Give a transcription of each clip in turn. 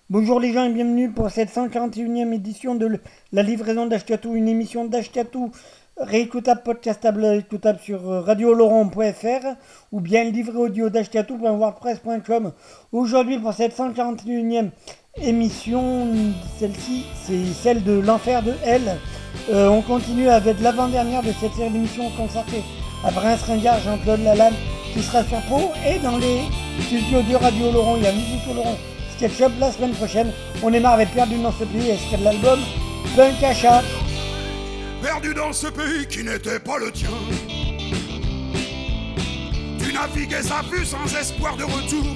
Bonjour les gens et bienvenue pour cette 141e édition de la livraison d'Ashkatou, une émission d'Ashkatou réécoutable, podcastable, écoutable sur radioloron.fr ou bien livre audio d'ashkatou.wordpress.com. Aujourd'hui pour cette 141e émission, celle-ci c'est celle de l'enfer de L. On continue avec l'avant-dernière de cette série d'émissions consacrée à Prince Ringard, Jean-Claude Lalanne qui sera sur Pau et dans les studios de Radio Laurent, il y a Musique Laurent SketchUp la semaine prochaine. On est marre d'être perdu dans ce pays, extrait de l'album Punk Achat. Perdu dans ce pays qui n'était pas le tien. Tu naviguais à vue sans espoir de retour.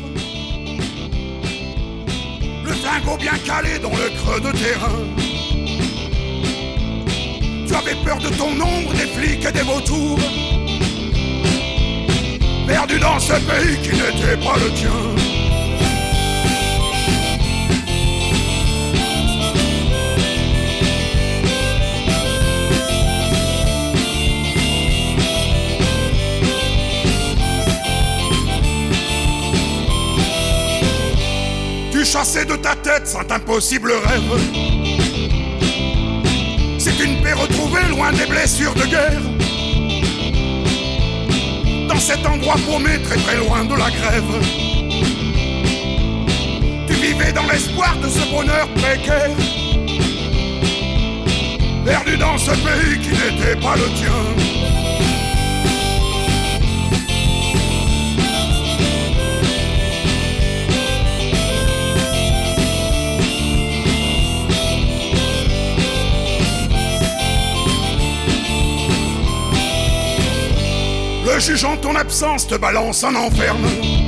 Le flingot bien calé dans le creux de terrain. Tu avais peur de ton ombre, des flics et des vautours. Perdu dans ce pays qui n'était pas le tien. Tu chassais de ta tête cet impossible rêve. C'est une paix retrouvée loin des blessures de guerre. Dans cet endroit paumé très très loin de la grève. Tu vivais dans l'espoir de ce bonheur précaire. Perdu dans ce pays qui n'était pas le tien. Le juge en ton absence te balance en enferme.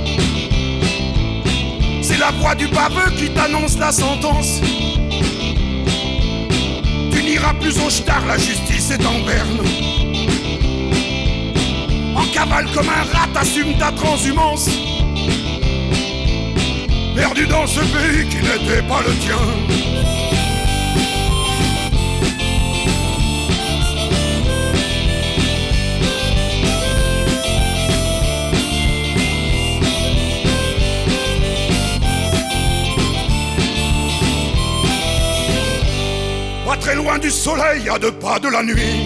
C'est la voix du baveux qui t'annonce la sentence. Tu n'iras plus au star, la justice est en berne. En cavale comme un rat, t'assumes ta transhumance. Perdu dans ce pays qui n'était pas le tien. Très loin du soleil, à 2 pas de la nuit.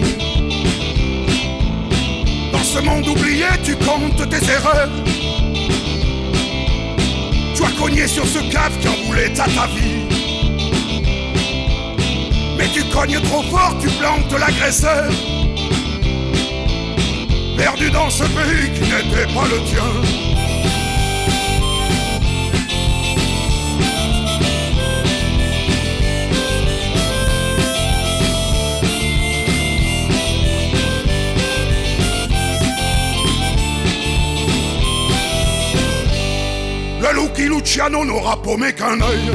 Dans ce monde oublié, tu comptes tes erreurs. Tu as cogné sur ce cave qui en voulait à ta vie. Mais tu cognes trop fort, tu plantes l'agresseur. Perdu dans ce pays qui n'était pas le tien. Le Lucky Luciano n'aura paumé qu'un œil.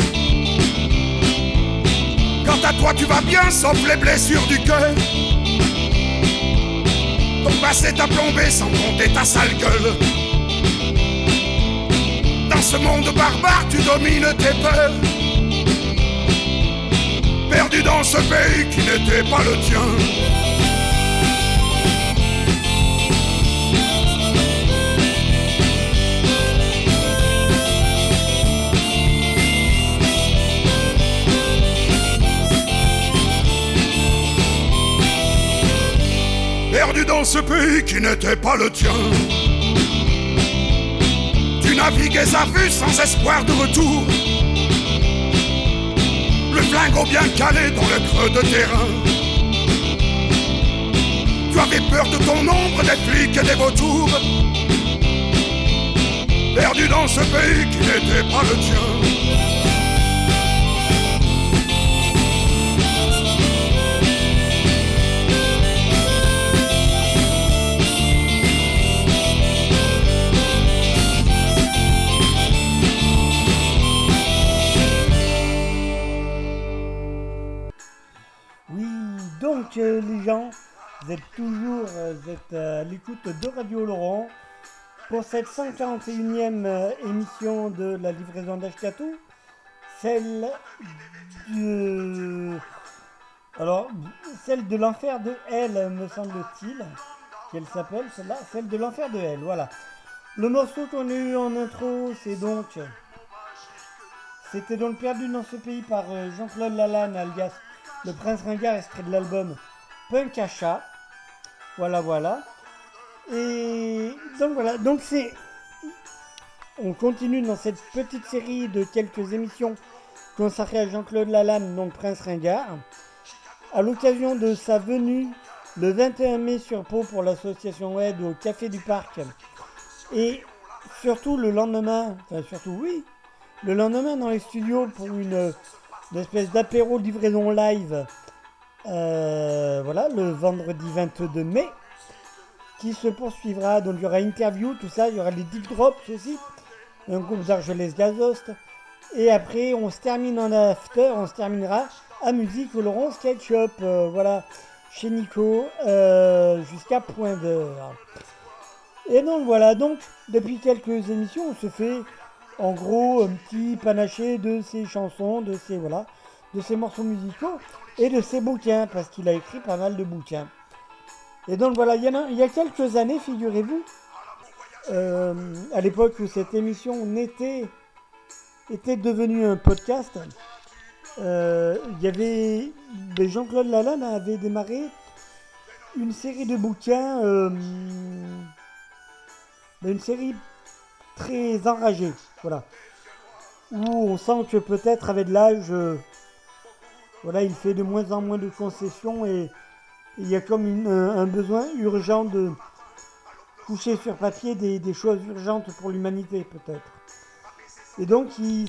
Quant à toi tu vas bien sauf les blessures du cœur. Ton passé t'a plombé sans compter ta sale gueule. Dans ce monde barbare tu domines tes peurs. Perdu dans ce pays qui n'était pas le tien. Perdu dans ce pays qui n'était pas le tien. Tu naviguais à vue sans espoir de retour. Le flingot bien calé dans le creux de terrain. Tu avais peur de ton ombre, des flics et des vautours. Perdu dans ce pays qui n'était pas le tien. Donc les gens, vous êtes toujours à l'écoute de Radio Laurent pour cette 141e émission de la livraison d'Ashkatou, celle de... Alors, celle de l'enfer de L, me semble-t-il, qu'elle s'appelle, celle-là, celle de l'enfer de L, voilà. Le morceau qu'on a eu en intro, c'est donc C'était donc perdu dans ce pays par Jean-Claude Lalanne, alias le Prince Ringard, extrait de l'album Punk à chat. Voilà. Et donc voilà, donc on continue dans cette petite série de quelques émissions consacrées à Jean-Claude Lalanne, donc Prince Ringard, à l'occasion de sa venue le 21 mai sur Pau pour l'association Aide au Café du Parc. Et surtout le lendemain dans les studios pour une espèce d'apéro livraison live, le vendredi 22 mai, qui se poursuivra. Donc il y aura interview, tout ça, il y aura les deep drops aussi, un groupe d'Argelès Gazost. Et après on se terminera à musique au Laurent Skate Shop, chez Nico, jusqu'à point d'heure. Et donc voilà, depuis quelques émissions, on se fait en gros un petit panaché de ses chansons, de ses morceaux musicaux et de ses bouquins, parce qu'il a écrit pas mal de bouquins. Et donc voilà, il y a quelques années, figurez-vous, à l'époque où cette émission était devenue un podcast, Jean-Claude Lalanne avait démarré une série de bouquins, une série très enragée, où on sent que peut-être avec l'âge, il fait de moins en moins de concessions et il y a comme un besoin urgent de coucher sur papier des choses urgentes pour l'humanité peut-être. Et donc il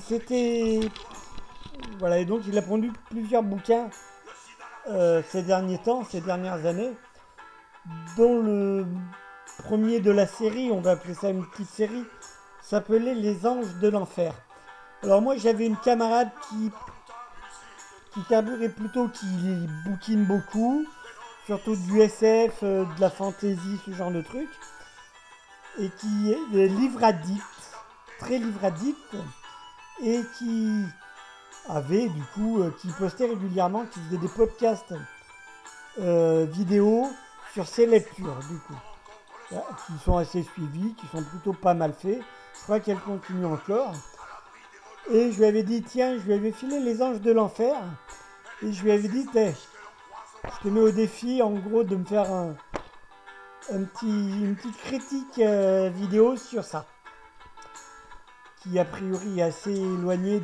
a produit plusieurs bouquins ces dernières années, dont le premier de la série, on va appeler ça une petite série, s'appelait Les Anges de l'Enfer. Alors moi j'avais une camarade qui carburait plutôt, qui bouquine beaucoup, surtout du SF, de la fantasy, ce genre de truc, et qui est livre addict, très livre addict, et qui avait du coup, qui postait régulièrement, qui faisait des podcasts vidéo sur ses lectures du coup, qui sont assez suivis, qui sont plutôt pas mal faits. Je crois qu'elle continue encore. Et je lui avais dit, je lui avais filé Les Anges de l'Enfer, et je lui avais dit, je te mets au défi en gros de me faire une petite critique vidéo sur ça, qui a priori est assez éloigné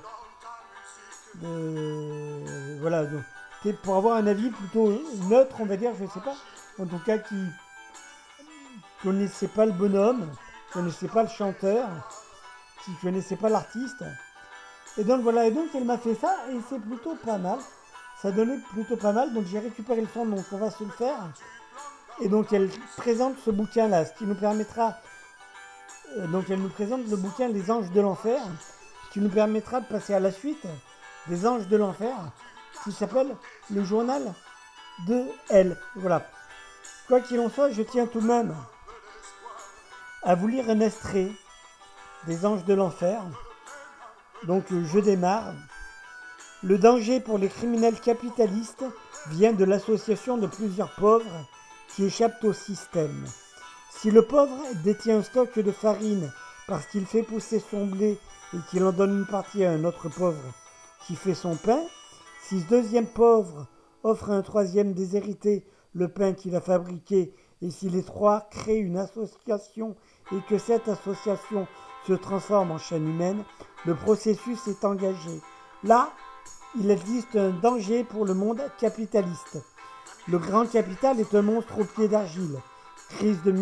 pour avoir un avis plutôt neutre, on va dire, je sais pas, en tout cas qui connaissait pas le bonhomme, connaissait pas le chanteur, qui connaissait pas l'artiste. Et donc elle m'a fait ça et c'est plutôt pas mal. Ça donnait plutôt pas mal, donc j'ai récupéré le son, donc on va se le faire. Et donc elle présente ce bouquin-là, ce qui nous permettra... elle nous présente le bouquin Les Anges de l'Enfer, qui nous permettra de passer à la suite des Anges de l'Enfer, qui s'appelle Le Journal de Elle. Voilà. Quoi qu'il en soit, je tiens tout de même à vous lire un extrait des Anges de l'Enfer. Donc je démarre. Le danger pour les criminels capitalistes vient de l'association de plusieurs pauvres qui échappent au système. Si le pauvre détient un stock de farine parce qu'il fait pousser son blé et qu'il en donne une partie à un autre pauvre qui fait son pain, si ce deuxième pauvre offre à un troisième déshérité le pain qu'il a fabriqué, et si les trois créent une association et que cette association se transforme en chaîne humaine, le processus est engagé. Là, il existe un danger pour le monde capitaliste. Le grand capital est un monstre aux pieds d'argile. Crise de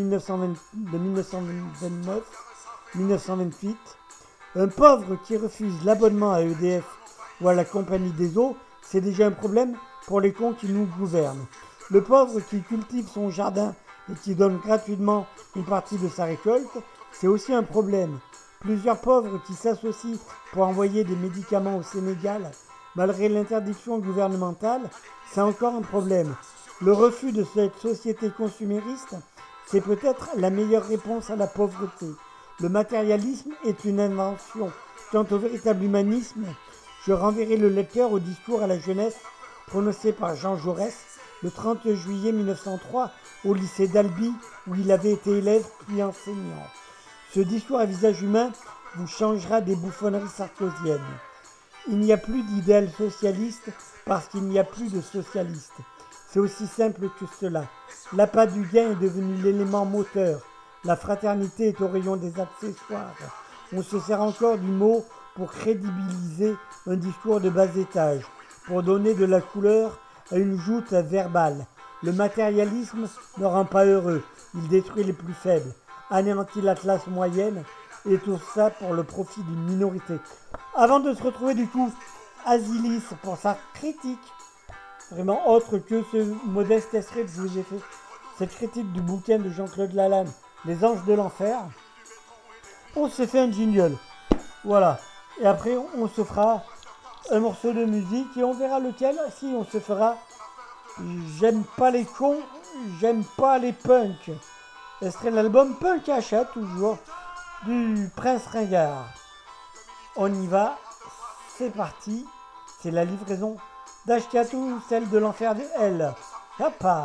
1929-1928. Un pauvre qui refuse l'abonnement à EDF ou à la Compagnie des Eaux, c'est déjà un problème pour les cons qui nous gouvernent. Le pauvre qui cultive son jardin et qui donne gratuitement une partie de sa récolte, c'est aussi un problème. Plusieurs pauvres qui s'associent pour envoyer des médicaments au Sénégal, malgré l'interdiction gouvernementale, c'est encore un problème. Le refus de cette société consumériste, c'est peut-être la meilleure réponse à la pauvreté. Le matérialisme est une invention. Quant au véritable humanisme, je renverrai le lecteur au discours à la jeunesse prononcé par Jean Jaurès le 30 juillet 1903 au lycée d'Albi, où il avait été élève puis enseignant. Ce discours à visage humain vous changera des bouffonneries sarkoziennes. Il n'y a plus d'idéal socialiste parce qu'il n'y a plus de socialistes. C'est aussi simple que cela. L'appât du gain est devenu l'élément moteur. La fraternité est au rayon des accessoires. On se sert encore du mot pour crédibiliser un discours de bas étage, pour donner de la couleur à une joute verbale. Le matérialisme ne rend pas heureux, il détruit les plus faibles, anéantit la classe moyenne, et tout ça pour le profit d'une minorité. Avant de se retrouver du coup, Asilis pour sa critique, vraiment autre que ce modeste extrait que je vous ai fait, cette critique du bouquin de Jean-Claude Lalanne, Les Anges de l'Enfer, on se fait un jingle. Voilà. Et après, on se fera un morceau de musique et on verra lequel. Si on se fera J'aime pas les cons, j'aime pas les punks. Extrait de l'album Punk à chat, toujours, du Prince Ringard. On y va, c'est parti. C'est la livraison d'Ashkatou, celle de l'enfer de L. Hoppa!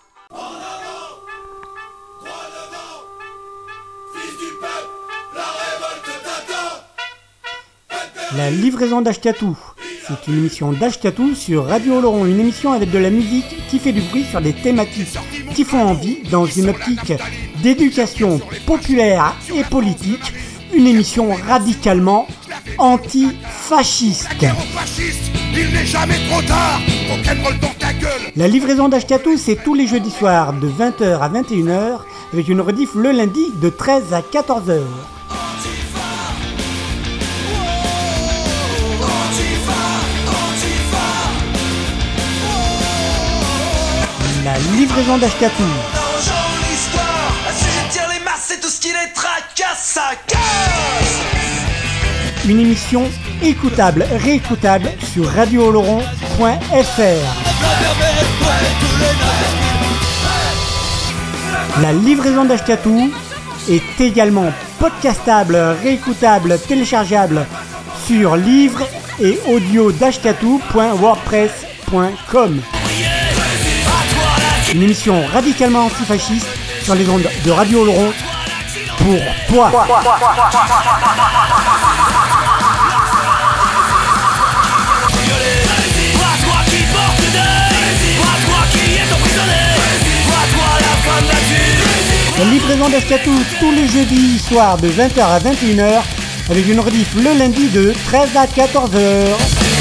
La livraison d'Ashkatou. C'est une émission d'Ashkatou sur Radio Oloron, une émission avec de la musique qui fait du bruit sur des thématiques qui font envie dans une optique d'éducation populaire et politique, une émission radicalement anti-fasciste. Il n'est jamais trop tard, rock'n'roll dans ta gueule. La livraison d'Ashkatou, c'est tous les jeudis soirs de 20h à 21h avec une rediff le lundi de 13 à 14h. La livraison d'Ashkatou. Une émission écoutable, réécoutable sur radiooloron.fr. La livraison d'Ashkatou est également podcastable, réécoutable, téléchargeable sur livre et audio d'ashkatou.wordpress.com. Une émission radicalement antifasciste sur les ondes de Radio Oloron pour toi. La livraison d'Ashkatou tous les jeudis soirs de 20h à 21h avec une rediff le lundi de 13 à 14h.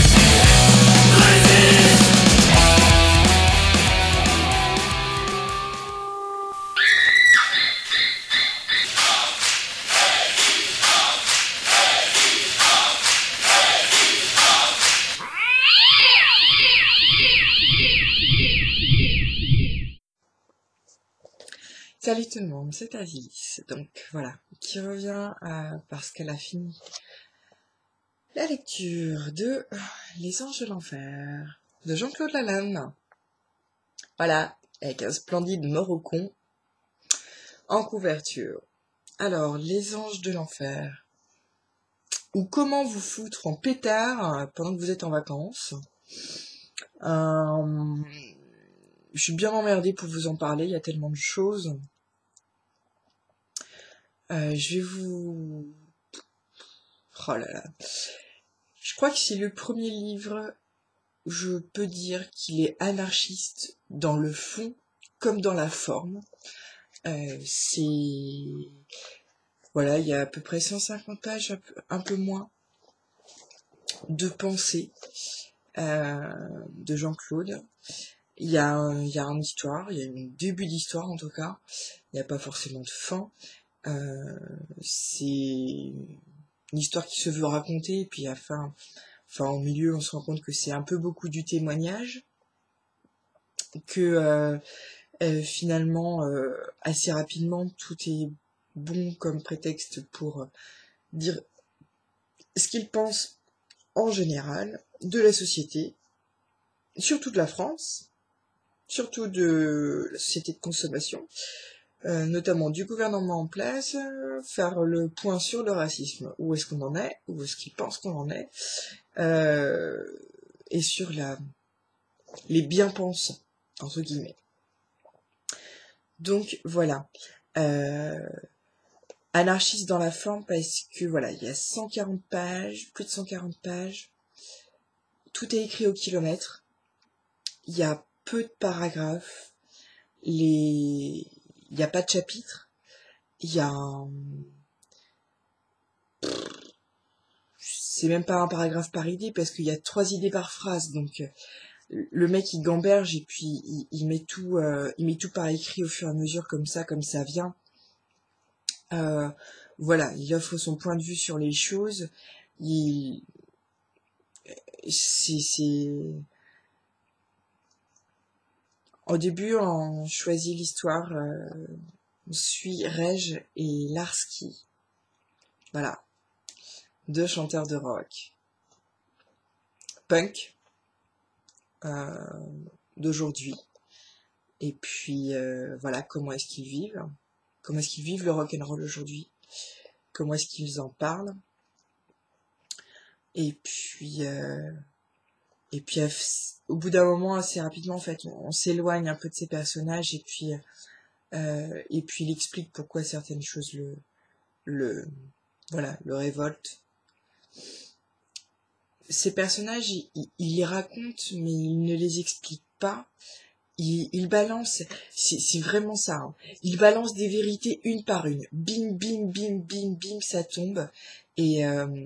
Salut tout le monde, c'est Asilis, donc voilà, qui revient parce qu'elle a fini la lecture de Les Anges de l'Enfer de Jean-Claude Lalanne. Voilà, avec un splendide Morocon en couverture. Alors, Les Anges de l'Enfer, ou comment vous foutre en pétard pendant que vous êtes en vacances. Je suis bien emmerdée pour vous en parler, il y a tellement de choses. Je vais vous... Oh là là. Je crois que c'est le premier livre où je peux dire qu'il est anarchiste dans le fond comme dans la forme. C'est... Voilà, il y a à peu près 150 pages, un peu moins, de pensée de Jean-Claude. Il y a une histoire, il y a un début d'histoire en tout cas. Il n'y a pas forcément de fin. C'est une histoire qui se veut raconter, et puis enfin au milieu on se rend compte que c'est un peu beaucoup du témoignage, que finalement assez rapidement tout est bon comme prétexte pour dire ce qu'il pense en général de la société, surtout de la France, surtout de la société de consommation, notamment du gouvernement en place, faire le point sur le racisme, où est-ce qu'on en est, où est-ce qu'il pense qu'on en est, et sur les bien-pensants, entre guillemets. Donc voilà, anarchiste dans la forme parce que voilà, il y a 140 pages, plus de 140 pages, tout est écrit au kilomètre. Il y a peu de paragraphes. Il n'y a pas de chapitre. Il y a c'est même pas un paragraphe par idée parce qu'il y a 3 idées par phrase. Donc le mec il gamberge et puis il met tout par écrit au fur et à mesure comme ça vient. Voilà, il offre son point de vue sur les choses. C'est au début on choisit l'histoire, on suit Reg et Larski. Voilà, 2 chanteurs de rock punk d'aujourd'hui. Et puis voilà, comment est-ce qu'ils vivent le rock and roll aujourd'hui, comment est-ce qu'ils en parlent. Et puis au bout d'un moment, assez rapidement en fait, on s'éloigne un peu de ces personnages et puis il explique pourquoi certaines choses le révoltent. Ces personnages, il les raconte, mais il ne les explique pas. Il balance, c'est vraiment ça. Hein. Il balance des vérités une par une. Bim, bim, bim, bim, bim, ça tombe. Et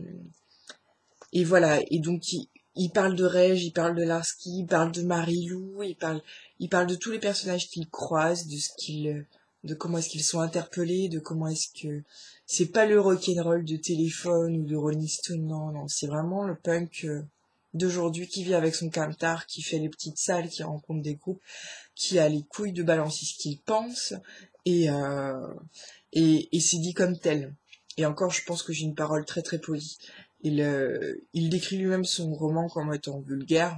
voilà. Et donc il parle de Reg, il parle de Larski, il parle de Marie-Lou, il parle de tous les personnages qu'il croise, de comment est-ce qu'ils sont interpellés, de comment est-ce que c'est pas le rock'n'roll de Téléphone ou de Rolling Stone, non, c'est vraiment le punk d'aujourd'hui qui vit avec son camtar, qui fait les petites salles, qui rencontre des groupes, qui a les couilles de balancer ce qu'il pense, et c'est dit comme tel. Et encore, je pense que j'ai une parole très très polie. Il décrit lui-même son roman comme étant vulgaire,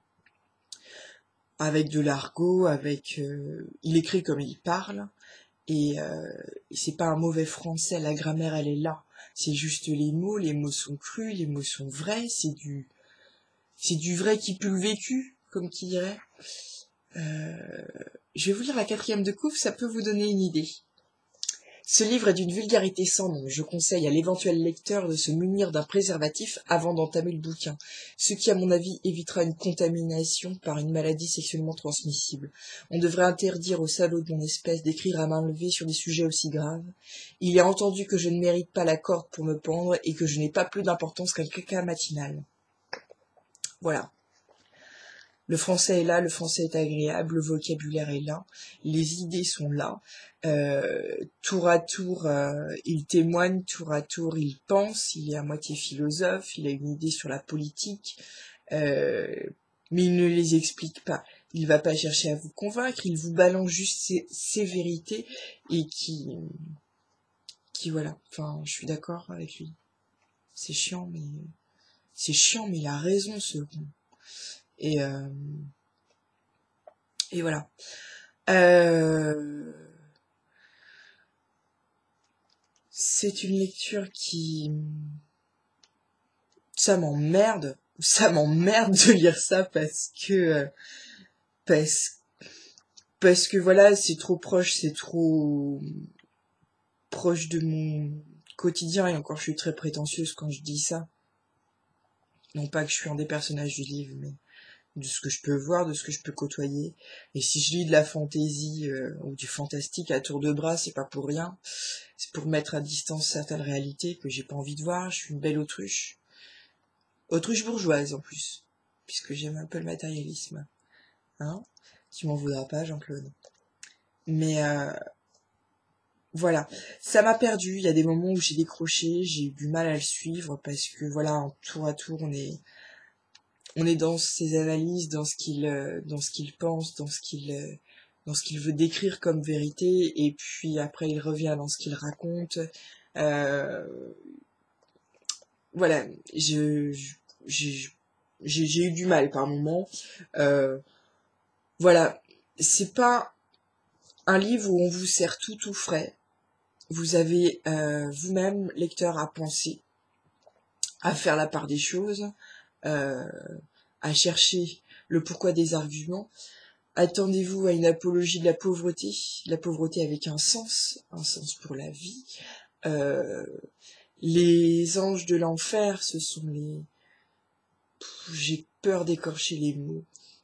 avec de l'argot, il écrit comme il parle, et c'est pas un mauvais français, la grammaire elle est là. C'est juste les mots sont crus, les mots sont vrais, c'est du vrai qui pue le vécu, comme qui dirait. Je vais vous lire la 4e de couve, ça peut vous donner une idée. Ce livre est d'une vulgarité sans nom. Je conseille à l'éventuel lecteur de se munir d'un préservatif avant d'entamer le bouquin, ce qui, à mon avis, évitera une contamination par une maladie sexuellement transmissible. On devrait interdire aux salauds de mon espèce d'écrire à main levée sur des sujets aussi graves. Il est entendu que je ne mérite pas la corde pour me pendre et que je n'ai pas plus d'importance qu'un caca matinal. Voilà. Le français est là, le français est agréable, le vocabulaire est là, les idées sont là. Tour à tour, il témoigne, tour à tour, il pense, il est à moitié philosophe, il a une idée sur la politique, mais il ne les explique pas. Il va pas chercher à vous convaincre, il vous balance juste ses vérités et qui voilà. Enfin, je suis d'accord avec lui. C'est chiant, mais il a raison, ce con. Et voilà. C'est une lecture qui... Ça m'emmerde de lire ça parce que voilà, c'est trop proche de mon quotidien, et encore je suis très prétentieuse quand je dis ça. Non pas que je suis un des personnages du livre, mais de ce que je peux voir, de ce que je peux côtoyer. Et si je lis de la fantaisie ou du fantastique à tour de bras, c'est pas pour rien. C'est pour mettre à distance certaines réalités que j'ai pas envie de voir. Je suis une belle autruche. Autruche bourgeoise en plus, puisque j'aime un peu le matérialisme. Hein ? Tu m'en voudras pas, Jean-Claude. Mais voilà, ça m'a perdu. Il y a des moments où j'ai décroché, j'ai eu du mal à le suivre parce que voilà, en tour à tour, on est dans ses analyses, dans ce qu'il pense, dans ce qu'il veut décrire comme vérité, et puis après il revient dans ce qu'il raconte. Voilà, j'ai eu du mal par moments. Voilà, c'est pas un livre où on vous sert tout frais. Vous avez vous-même, lecteur, à penser, à faire la part des choses, à chercher le pourquoi des arguments. Attendez-vous à une apologie de la pauvreté avec un sens pour la vie. Les anges de l'enfer, ce sont j'ai peur d'écorcher les mots.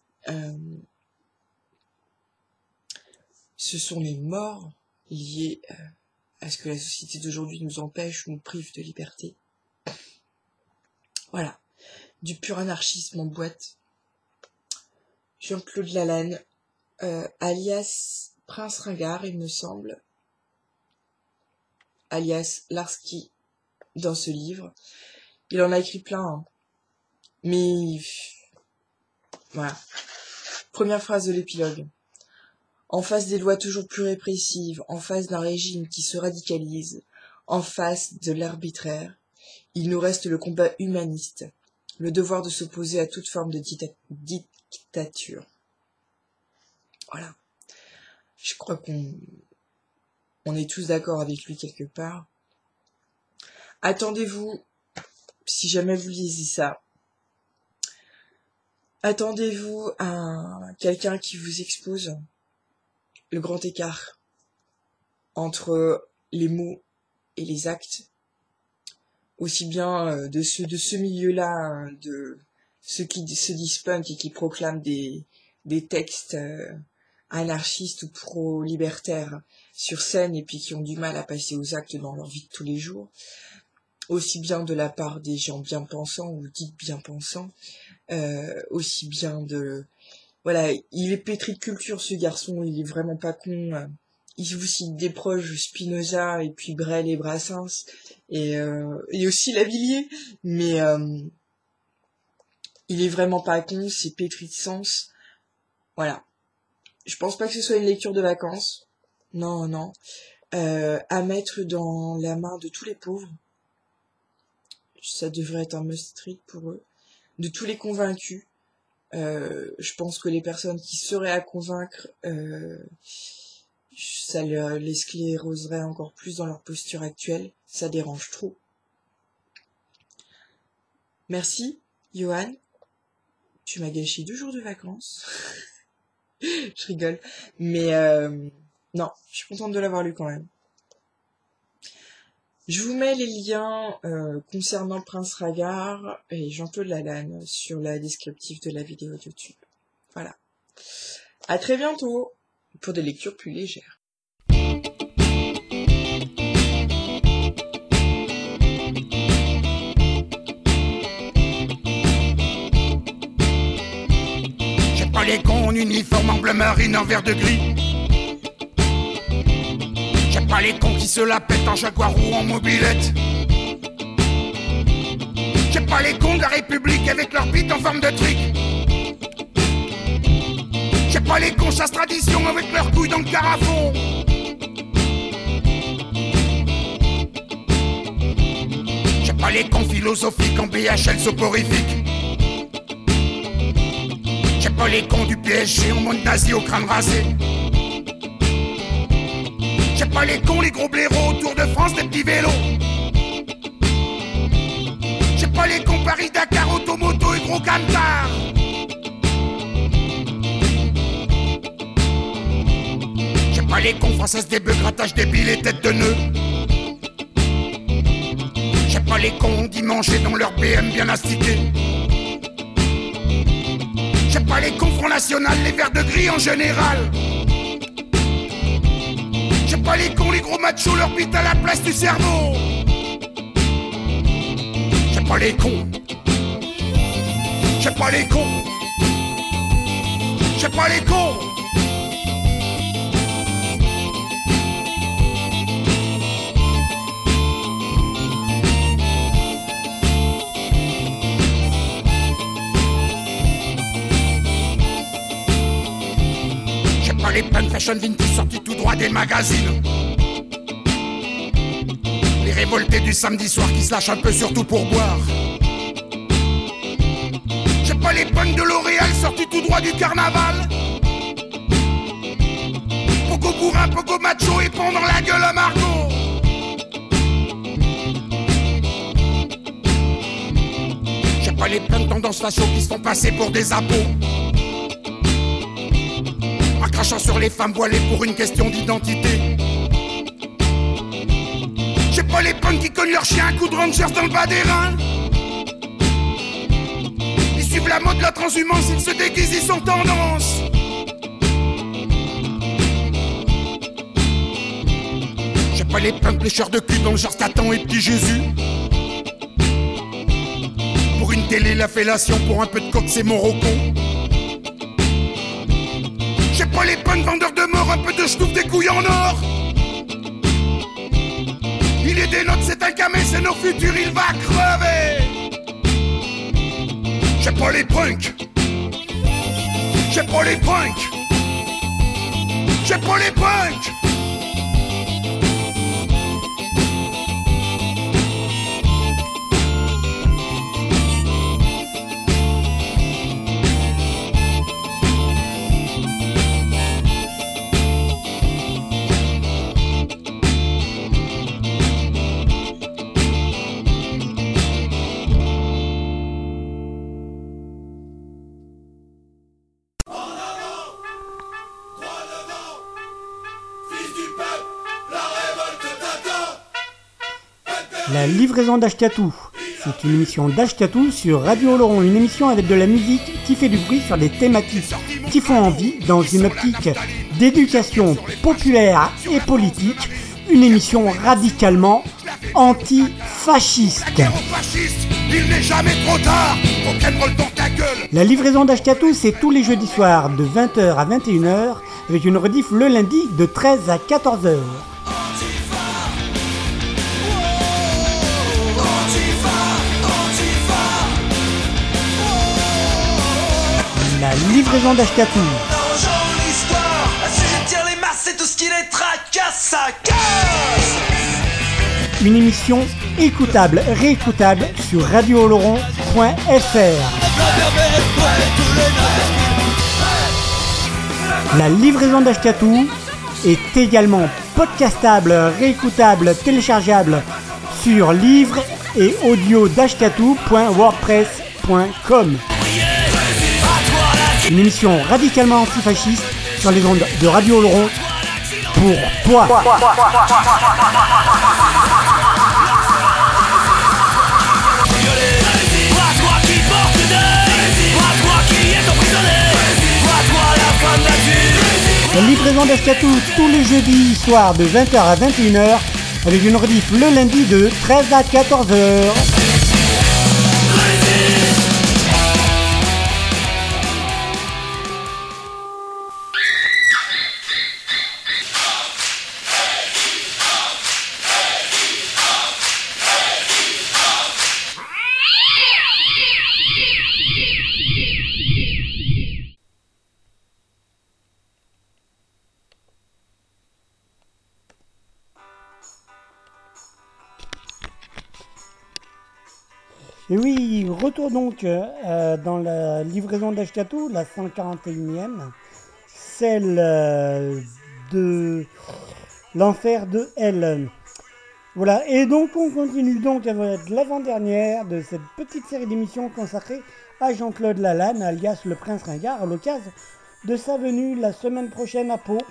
Ce sont les morts liées à ce que la société d'aujourd'hui nous empêche ou nous prive de liberté. Voilà, du pur anarchisme en boîte. Jean-Claude Lalanne, alias Prince Ringard, il me semble, alias Larski, dans ce livre. Il en a écrit plein, hein. Mais voilà. Première phrase de l'épilogue. En face des lois toujours plus répressives, en face d'un régime qui se radicalise, en face de l'arbitraire, il nous reste le combat humaniste, le devoir de s'opposer à toute forme de dictature. Voilà. Je crois qu'on est tous d'accord avec lui quelque part. Attendez-vous, si jamais vous lisez ça, attendez-vous à quelqu'un qui vous expose le grand écart entre les mots et les actes, aussi bien de ce milieu-là, de ceux qui se disent punk et qui proclament des textes anarchistes ou pro-libertaires sur scène et puis qui ont du mal à passer aux actes dans leur vie de tous les jours, aussi bien de la part des gens bien pensants ou dites bien pensants, aussi bien de... Voilà, il est pétri de culture ce garçon, il est vraiment pas con. Il vous cite des proches, Spinoza et puis Brel et Brassens et aussi Lavilliers, mais il est vraiment pas con, c'est pétri de sens. Voilà. Je pense pas que ce soit une lecture de vacances. Non. À mettre dans la main de tous les pauvres. Ça devrait être un must-read pour eux. De tous les convaincus. Je pense que les personnes qui seraient à convaincre, ça les scléroserait encore plus dans leur posture actuelle. Ça dérange trop. Merci, Johan. Tu m'as gâché 2 jours de vacances. Je rigole. Mais non, je suis contente de l'avoir lu quand même. Je vous mets les liens concernant Prince Ringard et Jean-Claude Lalanne sur la descriptive de la vidéo YouTube. Voilà. À très bientôt pour des lectures plus légères. J'ai pas les cons en uniforme en bleu marine en vert de gris. J'ai pas les cons qui se la pètent en Jaguar ou en mobilette. J'ai pas les cons de la République avec leur bite en forme de trick. J'ai pas les cons chasse tradition avec leurs couilles dans le carafon. J'ai pas les cons philosophiques en BHL soporifique. J'ai pas les cons du PSG en mode nazi au crâne rasé. J'ai pas les cons, les gros blaireaux autour de France, des petits vélos. J'ai pas les cons Paris-Dakar, automoto et gros camtar. J'ai pas les cons françaises des bœufs, grattage débile et tête de nœud. J'ai pas les cons dimanchés dans leur BM bien astiqués. J'ai pas les cons Front National, les verts de gris en général. J'ai pas les cons, les gros machos, leur bite à la place du cerveau. J'ai pas les cons. J'ai pas les cons. J'ai pas les cons. J'ai pas les punk fashion vintage sortis tout droit des magazines. Les révoltés du samedi soir qui se lâchent un peu surtout pour boire. J'ai pas les punks de L'Oréal sortis tout droit du carnaval. Pogo bourrin, pogo macho et pendant la gueule à Margot. J'ai pas les punks tendance facho qui se font passer pour des appos. En crachant sur les femmes voilées pour une question d'identité. J'ai pas les punks qui cognent leur chien à coups de rangers dans le bas des reins. la mode, la transhumance, ils se déguisent, ils sont tendance. J'ai pas les punks, les cheurs de cul dans le genre Satan et petit Jésus. Pour une télé, la fellation, pour un peu de coke, c'est mon rocon. J'ai pas les punks vendeurs de mort, un peu de ch'touf, des couilles en or. Il est des notes, c'est un camé, c'est nos futurs, il va crever. J'ai pas les punks. J'ai pas les punks. J'ai pas les punks. La livraison d'Ashkatou, c'est une émission d'Ashkatou sur Radio Oloron, une émission avec de la musique qui fait du bruit sur des thématiques qui font envie dans une optique d'éducation populaire et politique, une émission radicalement antifasciste. Il n'est jamais trop tard, rock'n'roll dans ta gueule. La livraison d'Ashkatou, c'est tous les jeudis soirs de 20h à 21h avec une rediff le lundi de 13 à 14h. La livraison d'Ashkatou. Une émission écoutable, réécoutable sur radiooloron.fr. La livraison d'Ashkatou est également podcastable, réécoutable, téléchargeable sur livre et audio d'ashkatou.wordpress.com. Une émission radicalement antifasciste sur les ondes de Radio Oloron pour toi. La livraison d'Ashkatou tous les jeudis soirs de 20h à 21h avec une rediff le lundi de 13 à 14h. Et oui, retour donc dans la livraison d'Ashkatou, la 141e, celle de l'enfer de Hell. Voilà, et donc on continue donc avec l'avant-dernière de cette petite série d'émissions consacrée à Jean-Claude Lalanne, alias le Prince Ringard, à l'occasion de sa venue la semaine prochaine à Pau.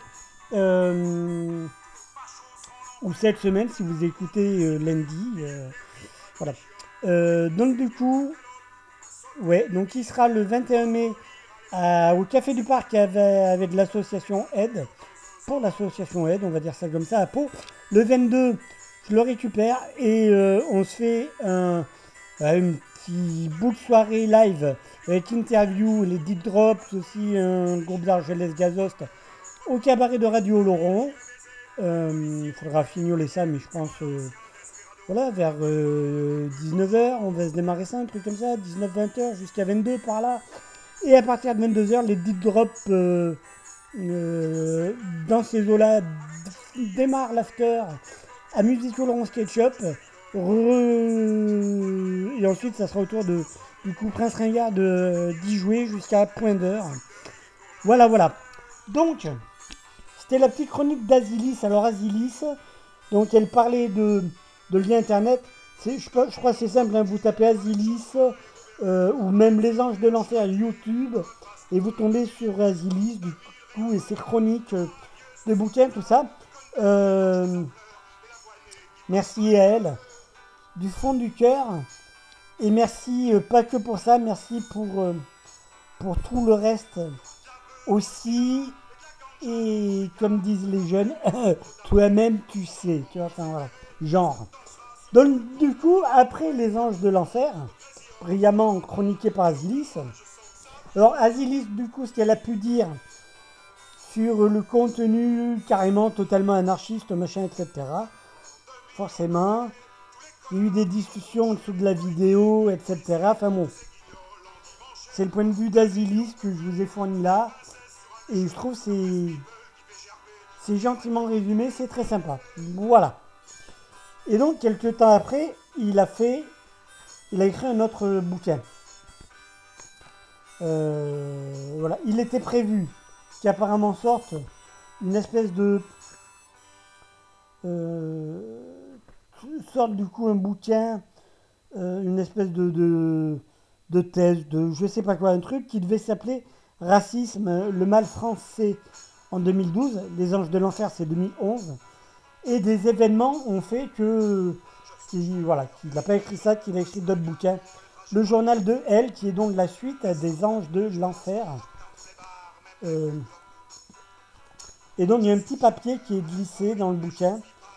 Ou cette semaine si vous écoutez lundi. Voilà. Donc du coup, ouais, donc il sera le 21 mai au Café du Parc avec l'association Aide, pour l'association Aide, on va dire ça comme ça, à Pau. Le 22, je le récupère et on se fait une petite bout de soirée live avec interview, les Deep Drops, aussi un groupe d'Argelès Gazost au cabaret de Radio Oloron. Il faudra fignoler ça, mais je pense... Voilà, vers 19h, on va se démarrer ça, un truc comme ça, 19-20h jusqu'à 22 par là. Et à partir de 22h, les Deep Drops dans ces eaux-là démarrent l'after à Musique Oloron Skate Shop. Et ensuite, ça sera au tour du coup Prince Ringard d'y jouer jusqu'à point d'heure. Voilà, voilà. Donc, c'était la petite chronique d'Azilis. Alors Azilis, donc elle parlait de lien internet, je crois que c'est simple, hein, vous tapez Azilis ou même Les Anges de l'Enfer YouTube et vous tombez sur Azilis du coup et ses chroniques de bouquins, tout ça. Merci à elle du fond du cœur Et merci, pas que pour ça, merci pour tout le reste aussi. Et comme disent les jeunes, toi-même tu sais, tu vois, enfin voilà, genre. Donc du coup, après les anges de l'enfer, brillamment chroniqué par Asilis, alors Asilis, du coup, ce qu'elle a pu dire sur le contenu carrément totalement anarchiste, machin, etc., forcément, il y a eu des discussions en dessous de la vidéo, etc., enfin bon, c'est le point de vue d'Asilis que je vous ai fourni là, et je trouve c'est gentiment résumé, c'est très sympa. Voilà. Et donc, quelques temps après, il a écrit un autre bouquin. Voilà. Il était prévu qu'apparemment sorte une espèce de... sorte du coup un bouquin, une espèce de thèse, de je sais pas quoi, un truc qui devait s'appeler Racisme, le mal français en 2012. Les Anges de l'Enfer, c'est 2011. Et des événements ont fait que voilà, qu'il n'a pas écrit ça, qu'il a écrit d'autres bouquins. Le journal de Elle, qui est donc la suite des Anges de l'Enfer. Et donc il y a un petit papier qui est glissé dans le bouquin.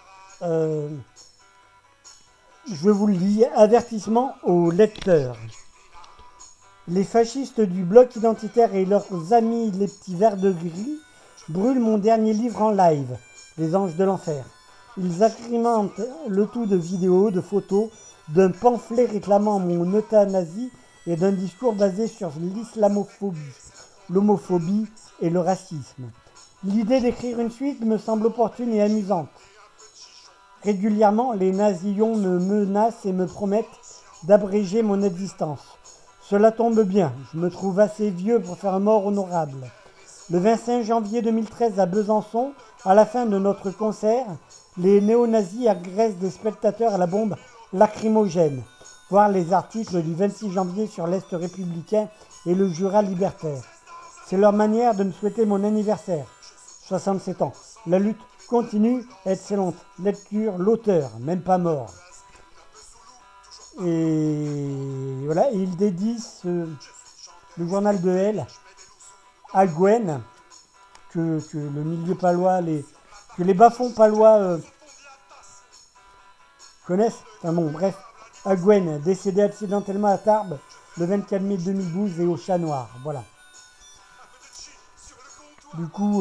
Je vous le lis. Avertissement aux lecteurs. Les fascistes du bloc identitaire et leurs amis les petits vers de gris brûlent mon dernier livre en live, Les Anges de l'Enfer. Ils agrémentent le tout de vidéos, de photos, d'un pamphlet réclamant mon euthanasie et d'un discours basé sur l'islamophobie, l'homophobie et le racisme. L'idée d'écrire une suite me semble opportune et amusante. Régulièrement, les nazillons me menacent et me promettent d'abréger mon existence. Cela tombe bien, je me trouve assez vieux pour faire un mort honorable. Le 25 janvier 2013 à Besançon, à la fin de notre concert, les néo-nazis agressent des spectateurs à la bombe lacrymogène. Voir les articles du 26 janvier sur l'Est républicain et le Jura libertaire. C'est leur manière de me souhaiter mon anniversaire. 67 ans. La lutte continue, excellente lecture, l'auteur, même pas mort. Et voilà, et il dédie le journal de Elle à Gwen, que le milieu palois, que les bas-fonds palois connaissent. Enfin bon, bref, à Gwen, décédé accidentellement à Tarbes le 24 mai 2012 et au Chat Noir. Voilà. Du coup,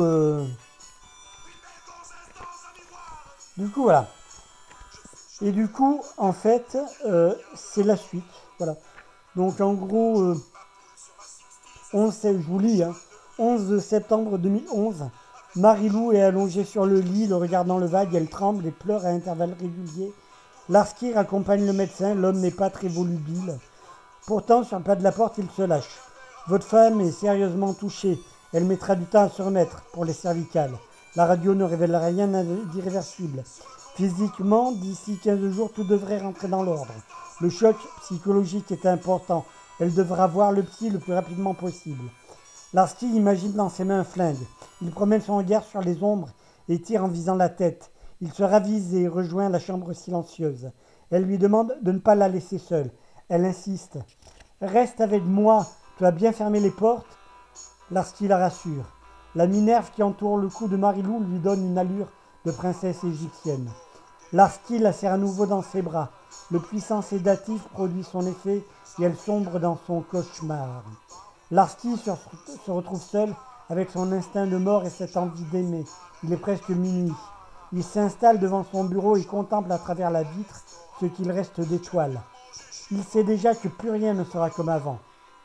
voilà. Et du coup, en fait, c'est la suite. Voilà. Donc en gros, 11, je vous lis, hein, 11 septembre 2011, Marie-Lou est allongée sur le lit, le regardant le vague, elle tremble et pleure à intervalles réguliers. Larski accompagne le médecin, l'homme n'est pas très volubile. Pourtant, sur le pas de la porte, il se lâche. Votre femme est sérieusement touchée. Elle mettra du temps à se remettre pour les cervicales. La radio ne révèle rien d'irréversible. Physiquement, d'ici 15 jours, tout devrait rentrer dans l'ordre. Le choc psychologique est important. Elle devra voir le petit le plus rapidement possible. Larski imagine dans ses mains un flingue. Il promène son regard sur les ombres et tire en visant la tête. Il se ravise et rejoint la chambre silencieuse. Elle lui demande de ne pas la laisser seule. Elle insiste. « Reste avec moi, tu as bien fermé les portes ?» Larski la rassure. La minerve qui entoure le cou de Marie-Lou lui donne une allure de princesse égyptienne. Larski la serre à nouveau dans ses bras. Le puissant sédatif produit son effet et elle sombre dans son cauchemar. Larski se retrouve seul avec son instinct de mort et cette envie d'aimer. Il est presque minuit. Il s'installe devant son bureau et contemple à travers la vitre ce qu'il reste d'étoiles. Il sait déjà que plus rien ne sera comme avant.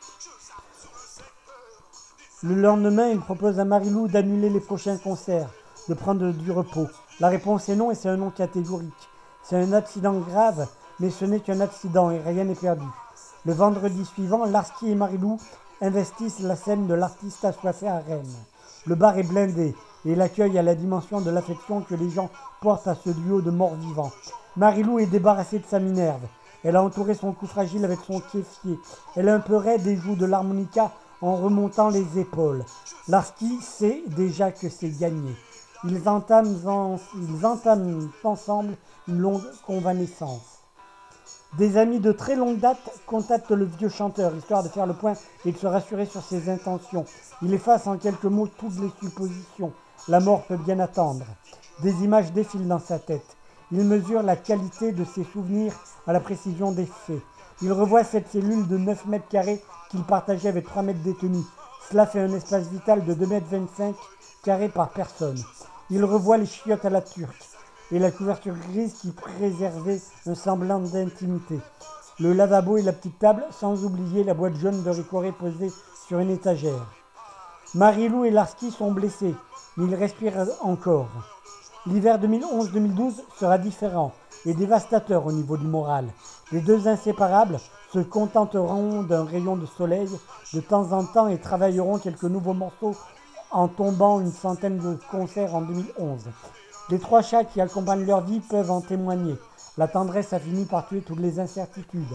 Le lendemain, il propose à Marie-Lou d'annuler les prochains concerts, de prendre du repos. La réponse est non et c'est un non catégorique. C'est un accident grave, mais ce n'est qu'un accident et rien n'est perdu. Le vendredi suivant, Larski et Marie-Lou investissent la scène de l'artiste assoiffé à Rennes. Le bar est blindé et l'accueil a la dimension de l'affection que les gens portent à ce duo de morts vivants. Marie-Lou est débarrassée de sa minerve. Elle a entouré son cou fragile avec son kéfier. Elle est un peu raide et joue de l'harmonica en remontant les épaules. Larski sait déjà que c'est gagné. Ils entament ensemble une longue convalescence. Des amis de très longue date contactent le vieux chanteur, histoire de faire le point et de se rassurer sur ses intentions. Il efface en quelques mots toutes les suppositions. La mort peut bien attendre. Des images défilent dans sa tête. Il mesure la qualité de ses souvenirs à la précision des faits. Il revoit cette cellule de 9 mètres carrés qu'il partageait avec 3 mètres détenus. Cela fait un espace vital de 2 mètres 25 carrés par personne. Il revoit les chiottes à la turque et la couverture grise qui préservait un semblant d'intimité. Le lavabo et la petite table, sans oublier la boîte jaune de Ricoré posée sur une étagère. Marie-Lou et Larsky sont blessés, mais ils respirent encore. L'hiver 2011-2012 sera différent et dévastateur au niveau du moral. Les deux inséparables se contenteront d'un rayon de soleil de temps en temps et travailleront quelques nouveaux morceaux en tombant une centaine de concerts en 2011. Les 3 chats qui accompagnent leur vie peuvent en témoigner. La tendresse a fini par tuer toutes les incertitudes.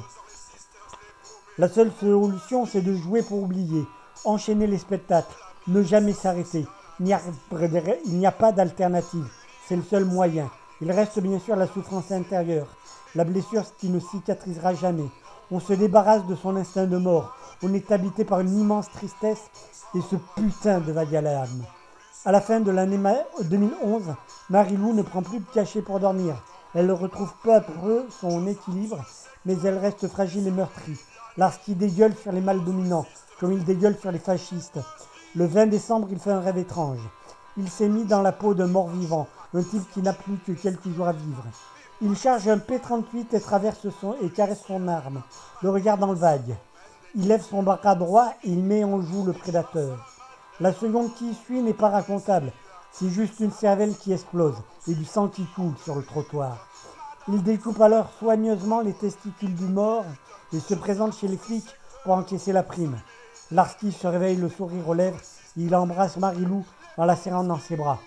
La seule solution, c'est de jouer pour oublier, enchaîner les spectacles, ne jamais s'arrêter. Il n'y a pas d'alternative, c'est le seul moyen. Il reste bien sûr la souffrance intérieure, la blessure qui ne cicatrisera jamais. On se débarrasse de son instinct de mort, on est habité par une immense tristesse et ce putain de vague à l'âme. À la fin de l'année 2011, Marie-Lou ne prend plus de cachet pour dormir. Elle retrouve peu à peu son équilibre, mais elle reste fragile et meurtrie. Larsky dégueule sur les mâles dominants, comme il dégueule sur les fascistes. Le 20 décembre, il fait un rêve étrange. Il s'est mis dans la peau d'un mort-vivant, un type qui n'a plus que quelques jours à vivre. Il charge un P-38 et caresse son arme, le regard dans le vague. Il lève son bras droit et il met en joue le prédateur. La seconde qui suit n'est pas racontable, c'est juste une cervelle qui explose et du sang qui coule sur le trottoir. Il découpe alors soigneusement les testicules du mort et se présente chez les flics pour encaisser la prime. Larsky se réveille le sourire aux lèvres et il embrasse Marie-Lou en la serrant dans ses bras.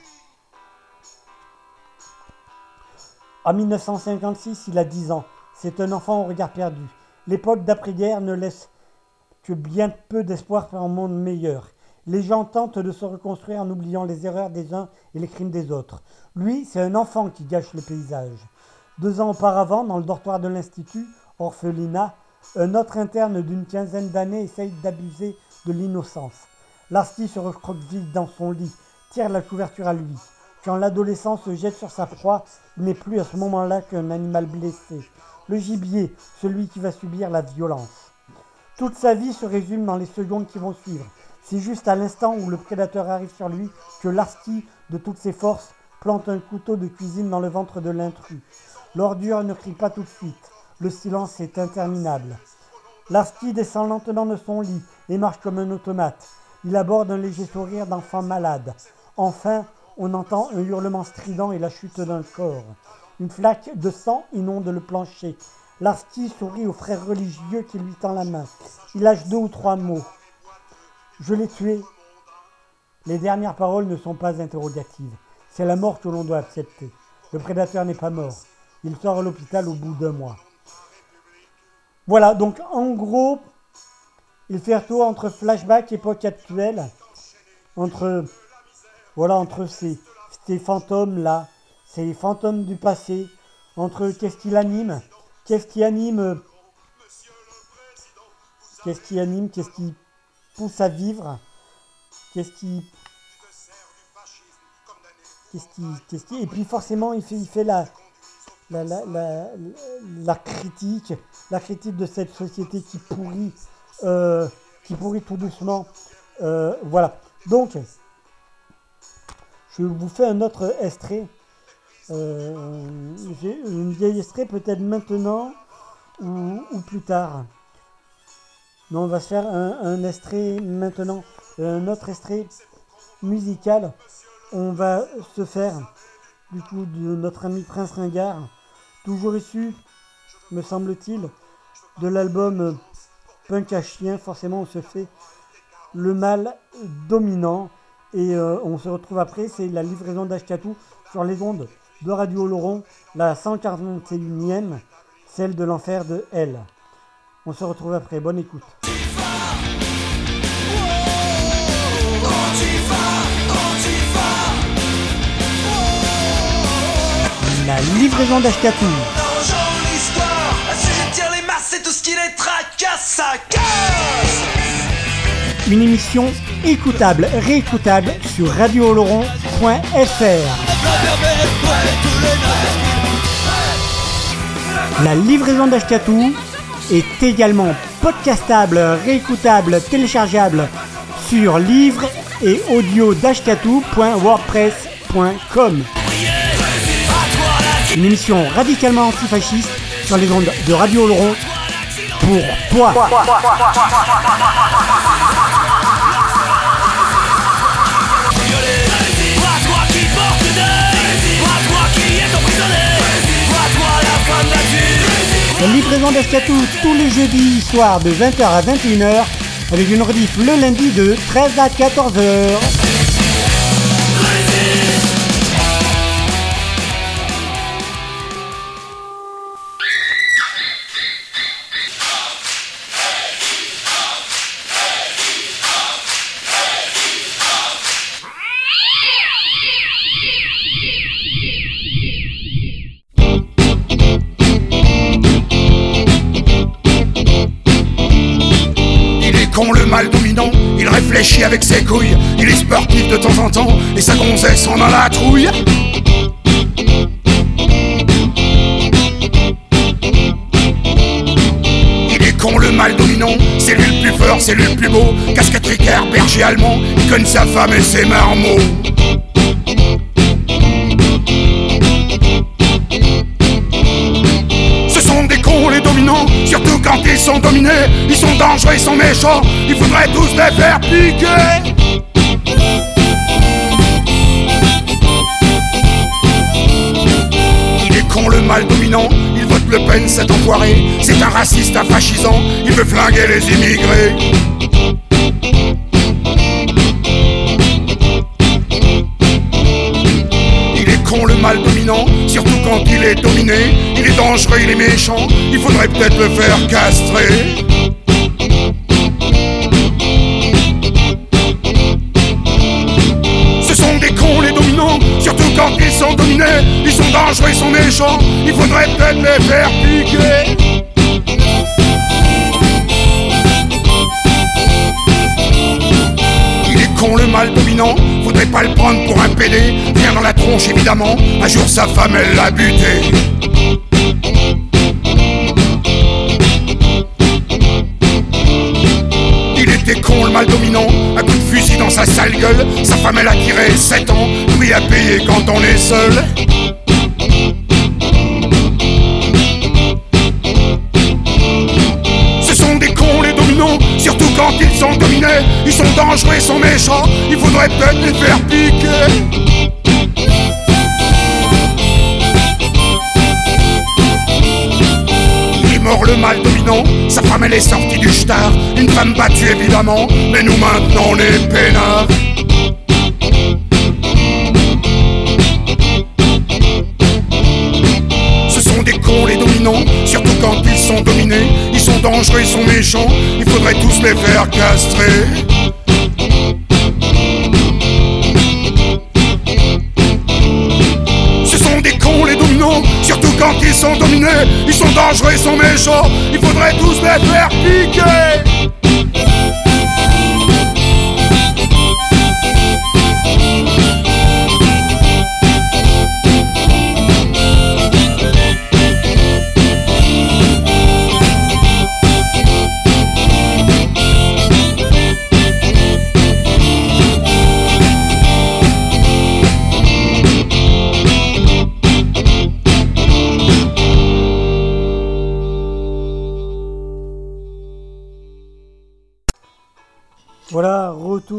En 1956, il a 10 ans. C'est un enfant au regard perdu. L'époque d'après-guerre ne laisse que bien peu d'espoir pour un monde meilleur. Les gens tentent de se reconstruire en oubliant les erreurs des uns et les crimes des autres. Lui, c'est un enfant qui gâche le paysage. 2 ans auparavant, dans le dortoir de l'Institut, orphelinat, un autre interne d'une quinzaine d'années essaye d'abuser de l'innocence. Larsky se recroqueville dans son lit, tire la couverture à lui. Quand l'adolescent se jette sur sa proie, il n'est plus à ce moment-là qu'un animal blessé. Le gibier, celui qui va subir la violence. Toute sa vie se résume dans les secondes qui vont suivre. C'est juste à l'instant où le prédateur arrive sur lui que Larsky, de toutes ses forces, plante un couteau de cuisine dans le ventre de l'intrus. L'ordure ne crie pas tout de suite. Le silence est interminable. Larsky descend lentement de son lit et marche comme un automate. Il aborde un léger sourire d'enfant malade. Enfin, on entend un hurlement strident et la chute d'un corps. Une flaque de sang inonde le plancher. Larsky sourit au frère religieux qui lui tend la main. Il lâche 2 ou 3 mots. « Je l'ai tué ». Les dernières paroles ne sont pas interrogatives. C'est la mort que l'on doit accepter. Le prédateur n'est pas mort. Il sort à l'hôpital au bout d'1 mois. Voilà, donc en gros, il fait un tour entre flashback, époque actuelle, entre ces fantômes-là, ces fantômes du passé, entre qu'est-ce qui l'anime, qu'est-ce qui pousse à vivre, et puis forcément il fait la critique de cette société qui pourrit tout doucement. Voilà. Donc, je vous fais un autre extrait. J'ai une vieille extrait peut-être maintenant ou plus tard. Non, on va se faire un extrait maintenant, un autre extrait musical. On va se faire du coup de notre ami Prince Ringard, toujours issu, me semble-t-il, de l'album Punk à chien. Forcément, on se fait le mal dominant et on se retrouve après. C'est la livraison d'Ashkatou sur les ondes de Radio Oloron, la 141e, celle de l'enfer de L. On se retrouve après, bonne écoute. La livraison d'Ashkatou. Dans l'histoire, c'est Une émission écoutable, réécoutable sur radiooloron.fr. La livraison d'Ashkatou est également podcastable, réécoutable, téléchargeable sur livre et audio d'ashkatou.wordpress.com. Une émission radicalement antifasciste sur les ondes de Radio Oloron pour toi. La livraison d'Ashkatou tous les jeudis soirs de 20h à 21h avec une rediff le lundi de 13 à 14h. Mal dominant, il réfléchit avec ses couilles, il est sportif de temps en temps, et sa gonzesse en a la trouille. Il est con le mal dominant, c'est lui le plus fort, c'est lui le plus beau, casquette Ricard, berger allemand, il connaît sa femme et ses marmots. Des cons les dominants, surtout quand ils sont dominés. Ils sont dangereux, ils sont méchants, il faudrait tous les faire piquer. Il est con le mal dominant, il vote Le Pen cet enfoiré. C'est un raciste, un fascisant, il veut flinguer les immigrés. Con le mal dominant, surtout quand il est dominé. Il est dangereux, il est méchant, il faudrait peut-être le faire castrer. Ce sont des cons les dominants, surtout quand ils sont dominés. Ils sont dangereux, ils sont méchants, il faudrait peut-être les faire piquer. Con le mal dominant, faudrait pas le prendre pour un pédé. Rien dans la tronche évidemment, un jour sa femme elle l'a buté. Il était con le mal dominant, un coup de fusil dans sa sale gueule. Sa femme elle a tiré 7 ans, prix à payer quand on est seul. Surtout quand ils sont dominés, ils sont dangereux, ils sont méchants, il faudrait peut-être les faire piquer. Il est mort le mal dominant, sa femme elle est sortie du star. Une femme battue évidemment, mais nous maintenant on est peinards. Des cons les dominants, surtout quand ils sont dominés. Ils sont dangereux, ils sont méchants, il faudrait tous les faire castrer. Ce sont des cons les dominants, surtout quand ils sont dominés. Ils sont dangereux, ils sont méchants, il faudrait tous les faire piquer. Voilà,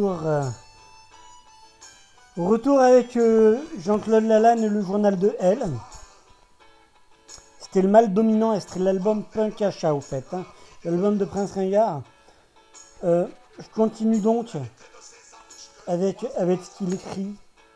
retour avec Jean-Claude Lalanne et le journal de Elle. C'était le mal dominant, et c'était l'album Punk Achat au fait, hein, l'album de Prince Ringard. Je continue donc avec ce qu'il écrit.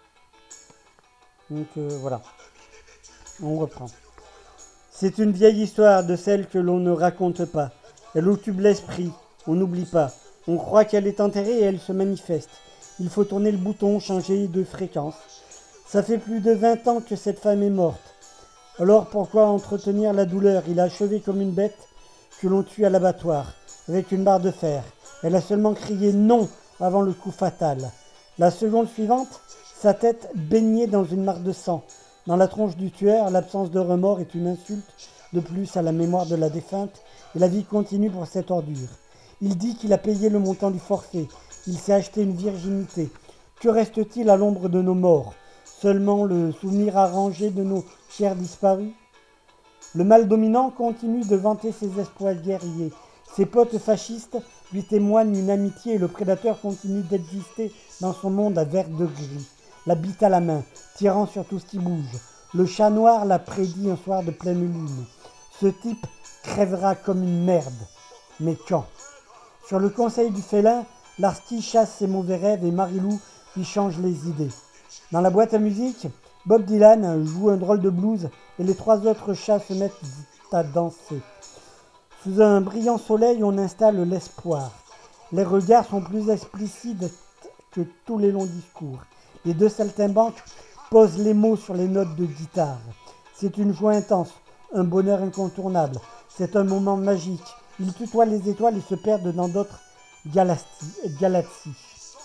Donc voilà, on reprend. C'est une vieille histoire de celle que l'on ne raconte pas. Elle occupe l'esprit, on n'oublie pas. On croit qu'elle est enterrée et elle se manifeste. Il faut tourner le bouton, changer de fréquence. Ça fait plus de 20 ans que cette femme est morte. Alors pourquoi entretenir la douleur? Il a achevé comme une bête que l'on tue à l'abattoir, avec une barre de fer. Elle a seulement crié non avant le coup fatal. La seconde suivante, sa tête baignée dans une mare de sang. Dans la tronche du tueur, l'absence de remords est une insulte de plus à la mémoire de la défunte, et la vie continue pour cette ordure. Il dit qu'il a payé le montant du forfait. Il s'est acheté une virginité. Que reste-t-il à l'ombre de nos morts? Seulement le souvenir arrangé de nos chers disparus? Le mal dominant continue de vanter ses exploits guerriers. Ses potes fascistes lui témoignent une amitié et le prédateur continue d'exister dans son monde à verre de gris. La bite à la main, tirant sur tout ce qui bouge. Le chat noir l'a prédit un soir de pleine lune. Ce type crèvera comme une merde. Mais quand? Sur le conseil du félin, Larski chasse ses mauvais rêves et Marilou lui change les idées. Dans la boîte à musique, Bob Dylan joue un drôle de blues et les trois autres chats se mettent à danser. Sous un brillant soleil, on installe l'espoir. Les regards sont plus explicites que tous les longs discours. Les deux saltimbanques posent les mots sur les notes de guitare. C'est une joie intense, un bonheur incontournable. C'est un moment magique. Ils tutoient les étoiles et se perdent dans d'autres galaxies.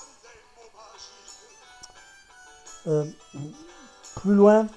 Plus loin.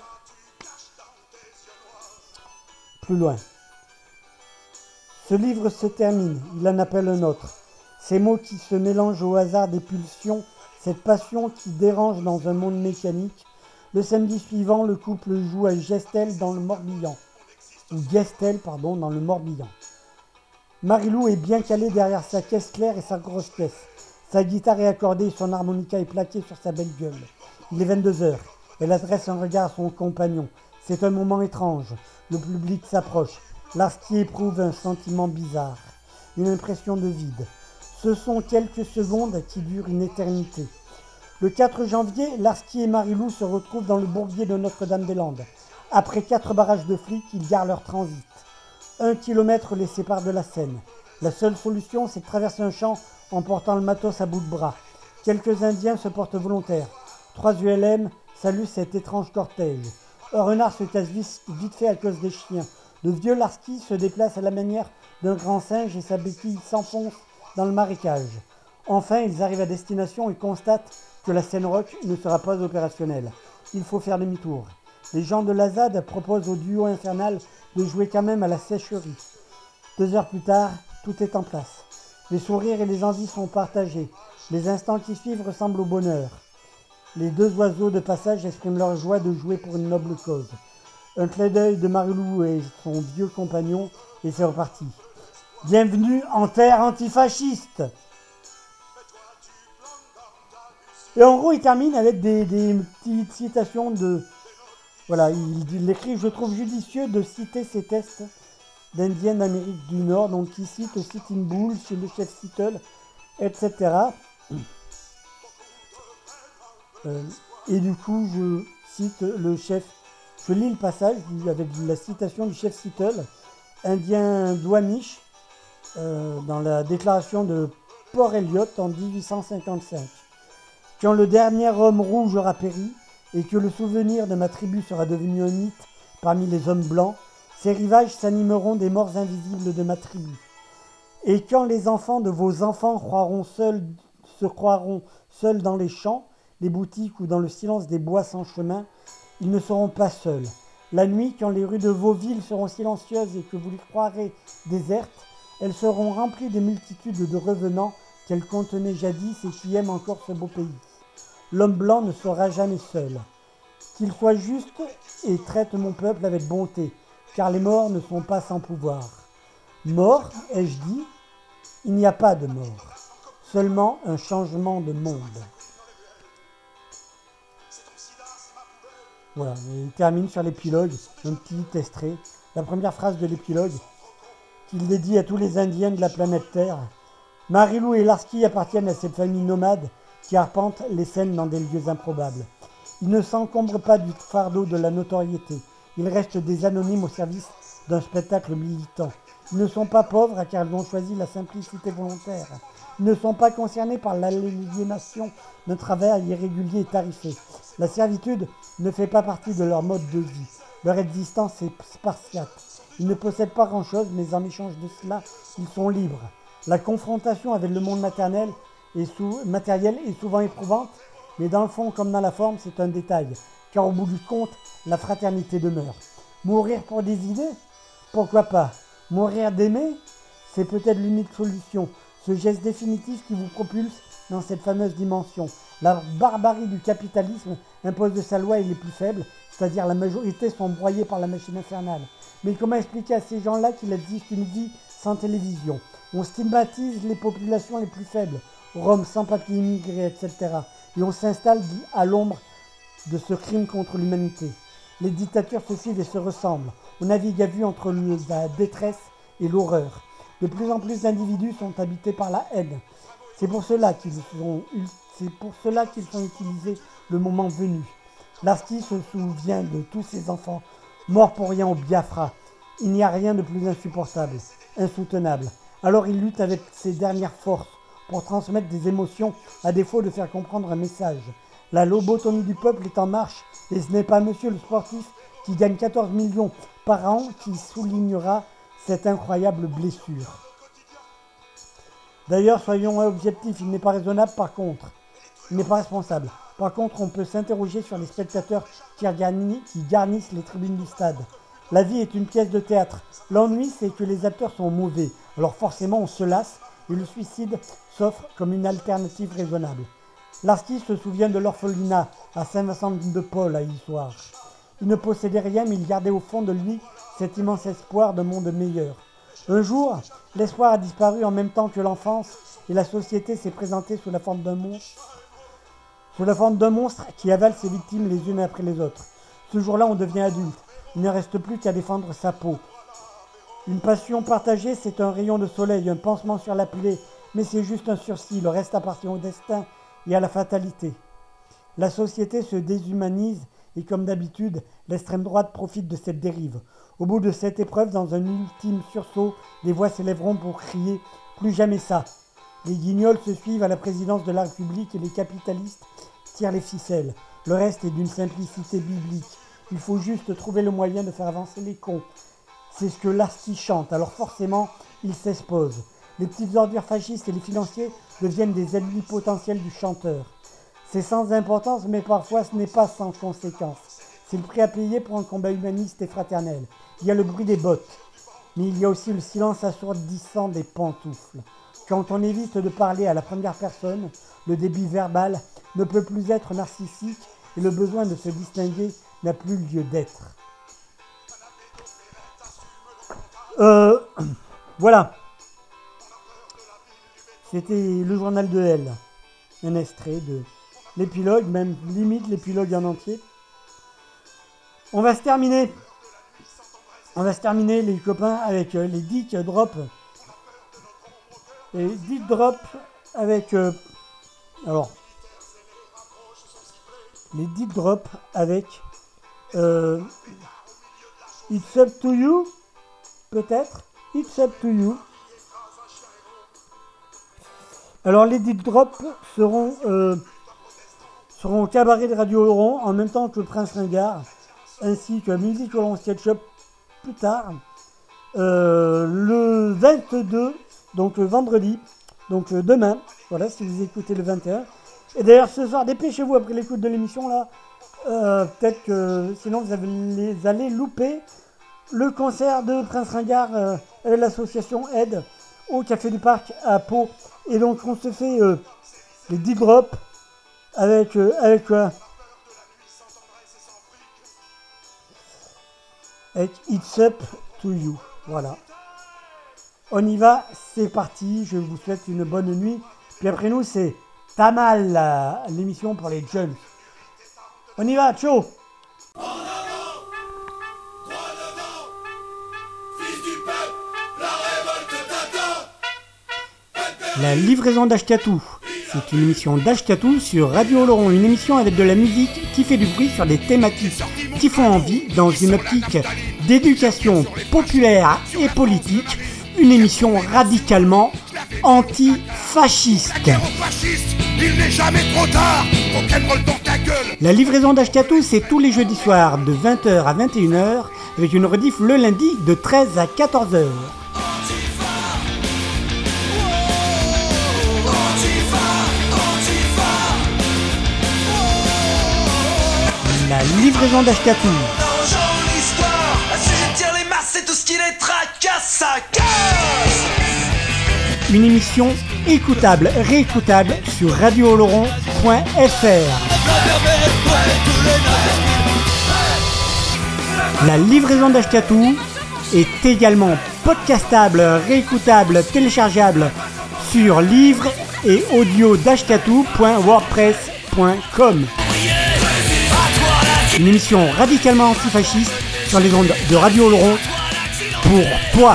Ce livre se termine, il en appelle un autre. Ces mots qui se mélangent au hasard des pulsions, cette passion qui dérange dans un monde mécanique. Le samedi suivant, le couple joue à Gestel dans le Morbihan. Dans le Morbihan. Marilou est bien calée derrière sa caisse claire et sa grosse caisse. Sa guitare est accordée et son harmonica est plaquée sur sa belle gueule. Il est 22h. Elle adresse un regard à son compagnon. C'est un moment étrange. Le public s'approche. Larski éprouve un sentiment bizarre. Une impression de vide. Ce sont quelques secondes qui durent une éternité. Le 4 janvier, Larski et Marilou se retrouvent dans le bourbier de Notre-Dame-des-Landes. Après 4 barrages de flics, ils garent leur transit. 1 kilomètre les sépare de la Seine. La seule solution, c'est de traverser un champ en portant le matos à bout de bras. Quelques Indiens se portent volontaires. 3 ULM saluent cet étrange cortège. Un renard se casse vite fait à cause des chiens. Le vieux Larski se déplace à la manière d'un grand singe et sa béquille s'enfonce dans le marécage. Enfin, ils arrivent à destination et constatent que la Seine-Roch ne sera pas opérationnelle. Il faut faire demi-tour. Les gens de la ZAD proposent au duo infernal de jouer quand même à la sécherie. 2 heures plus tard, tout est en place. Les sourires et les envies sont partagés. Les instants qui suivent ressemblent au bonheur. Les 2 oiseaux de passage expriment leur joie de jouer pour une noble cause. Un clin d'œil de Marilou et son vieux compagnon et c'est reparti. Bienvenue en terre antifasciste. Et en gros, il termine avec des petites citations de... Voilà, il écrit « Je trouve judicieux de citer ces tests d'Indiens d'Amérique du Nord. » Donc il cite Sitting Bull chez le chef Seattle, etc. Et du coup, je cite le chef... Je lis le passage avec la citation du chef Seattle, Indien Duwamish, dans la déclaration de Port Elliott en 1855. Quand le dernier homme rouge aura péri, et que le souvenir de ma tribu sera devenu un mythe parmi les hommes blancs, ces rivages s'animeront des morts invisibles de ma tribu. Et quand les enfants de vos enfants se croiront seuls dans les champs, les boutiques ou dans le silence des bois sans chemin, ils ne seront pas seuls. La nuit, quand les rues de vos villes seront silencieuses et que vous les croirez désertes, elles seront remplies des multitudes de revenants qu'elles contenaient jadis et qui aiment encore ce beau pays. L'homme blanc ne sera jamais seul. Qu'il soit juste et traite mon peuple avec bonté, car les morts ne sont pas sans pouvoir. Mort, ai-je dit? Il n'y a pas de mort, seulement un changement de monde. Voilà, il termine sur l'épilogue, un petit extrait. La première phrase de l'épilogue, qu'il dédie à tous les Indiens de la planète Terre. Marilou et Larski appartiennent à cette famille nomade qui arpente les scènes dans des lieux improbables. Ils ne s'encombrent pas du fardeau de la notoriété. Ils restent des anonymes au service d'un spectacle militant. Ils ne sont pas pauvres car ils ont choisi la simplicité volontaire. Ils ne sont pas concernés par l'aliénation d'un travail irrégulier et tarifé. La servitude ne fait pas partie de leur mode de vie. Leur existence est spartiate. Ils ne possèdent pas grand-chose, mais en échange de cela, ils sont libres. La confrontation avec le monde matériel est souvent éprouvante, mais dans le fond comme dans la forme, c'est un détail, car au bout du compte, la fraternité demeure. Mourir pour des idées ? Pourquoi pas ? Mourir d'aimer ? C'est peut-être l'unique solution, ce geste définitif qui vous propulse dans cette fameuse dimension. La barbarie du capitalisme impose de sa loi et les plus faibles, c'est-à-dire la majorité, sont broyés par la machine infernale. Mais comment expliquer à ces gens-là qu'il existe une vie sans télévision ? On stigmatise les populations les plus faibles, Roms, sans papier immigrés, etc. Et on s'installe à l'ombre de ce crime contre l'humanité. Les dictatures se suivent et se ressemblent. On navigue à vue entre la détresse et l'horreur. De plus en plus d'individus sont habités par la haine. C'est pour cela qu'ils sont utilisés le moment venu. Lasky se souvient de tous ces enfants morts pour rien au Biafra. Il n'y a rien de plus insupportable, insoutenable. Alors il lutte avec ses dernières forces pour transmettre des émotions à défaut de faire comprendre un message. La lobotomie du peuple est en marche et ce n'est pas monsieur le sportif qui gagne 14 millions par an qui soulignera cette incroyable blessure. D'ailleurs, soyons objectifs, il n'est pas raisonnable par contre. Il n'est pas responsable. Par contre, on peut s'interroger sur les spectateurs qui garnissent les tribunes du stade. La vie est une pièce de théâtre. L'ennui, c'est que les acteurs sont mauvais. Alors forcément, on se lasse et le suicide s'offre comme une alternative raisonnable. Lasky se souvient de l'orphelinat à Saint-Vincent-de-Paul à Issoire. Il ne possédait rien, mais il gardait au fond de lui cet immense espoir d'un monde meilleur. Un jour, l'espoir a disparu en même temps que l'enfance et la société s'est présentée sous la forme d'un monstre. Sous la forme d'un monstre qui avale ses victimes les unes après les autres. Ce jour-là, on devient adulte. Il ne reste plus qu'à défendre sa peau. Une passion partagée, c'est un rayon de soleil, un pansement sur la plaie, mais c'est juste un sursis, le reste appartient au destin et à la fatalité. La société se déshumanise et comme d'habitude, l'extrême droite profite de cette dérive. Au bout de cette épreuve, dans un ultime sursaut, des voix s'élèveront pour crier « Plus jamais ça !» Les guignols se suivent à la présidence de la République et les capitalistes tirent les ficelles. Le reste est d'une simplicité biblique. Il faut juste trouver le moyen de faire avancer les cons. C'est ce que Lasky chante, alors forcément, il s'expose. Les petites ordures fascistes et les financiers deviennent des ennemis potentiels du chanteur. C'est sans importance, mais parfois ce n'est pas sans conséquence. C'est le prix à payer pour un combat humaniste et fraternel. Il y a le bruit des bottes, mais il y a aussi le silence assourdissant des pantoufles. Quand on évite de parler à la première personne, le débit verbal ne peut plus être narcissique et le besoin de se distinguer n'a plus lieu d'être. Voilà. C'était le journal de Elle. Un extrait de l'épilogue, même limite l'épilogue en entier. On va se terminer les copains avec les Dick Drop. Les Dick Drop avec les Dick Drop avec It's Up to You, peut-être. It's Up to You. Alors les Dick Drop seront au cabaret de Radio Laurent en même temps que le Prince Ringard, ainsi que Music Laurent Sketchup plus tard, le 22, donc le vendredi, donc demain, voilà, si vous écoutez le 21. Et d'ailleurs ce soir, dépêchez-vous après l'écoute de l'émission là, peut-être que sinon vous allez louper le concert de Prince Ringard avec l'association Aide au Café du Parc à Pau. Et donc on se fait les Dick Drop avec quoi avec It's Up to You. Voilà. On y va, c'est parti. Je vous souhaite une bonne nuit. Puis après nous, c'est Tamal, l'émission pour les jeunes. On y va, ciao. La livraison d'Ashkatou. C'est une émission d'Ashkatou sur Radio Laurent, une émission avec de la musique qui fait du bruit sur des thématiques qui font envie dans une optique d'éducation populaire et politique, une émission radicalement anti-fasciste. Il n'est jamais trop tard, rock'n'roll dans ta gueule. La livraison d'Ashkatou, c'est tous les jeudis soirs de 20h à 21h, avec une rediff le lundi de 13 à 14h. La livraison d'Ashkatou. Une émission écoutable, réécoutable sur radiooloron.fr. La livraison d'Ashkatou est également podcastable, réécoutable, téléchargeable sur livre et audio d'ashkatou.wordpress.com. Une émission radicalement antifasciste sur les ondes de Radio Oloron pour toi.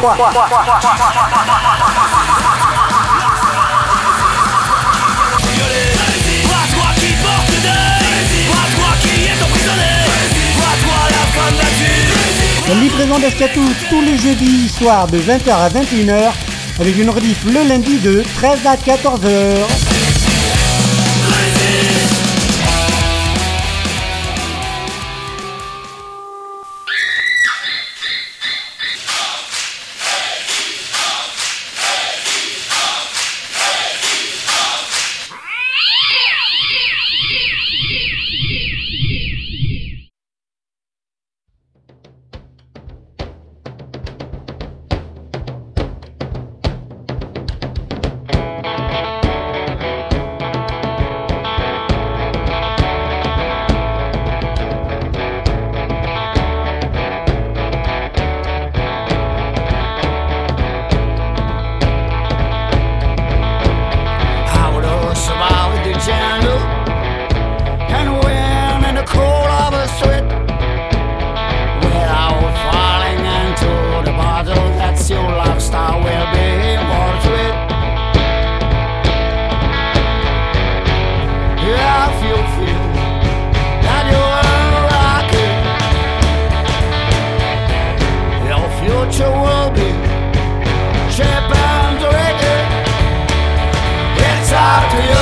La livraison d'Ashkatou tous les jeudis soirs de 20h à 21h avec une rediff le lundi de 13 à 14h. It's hard to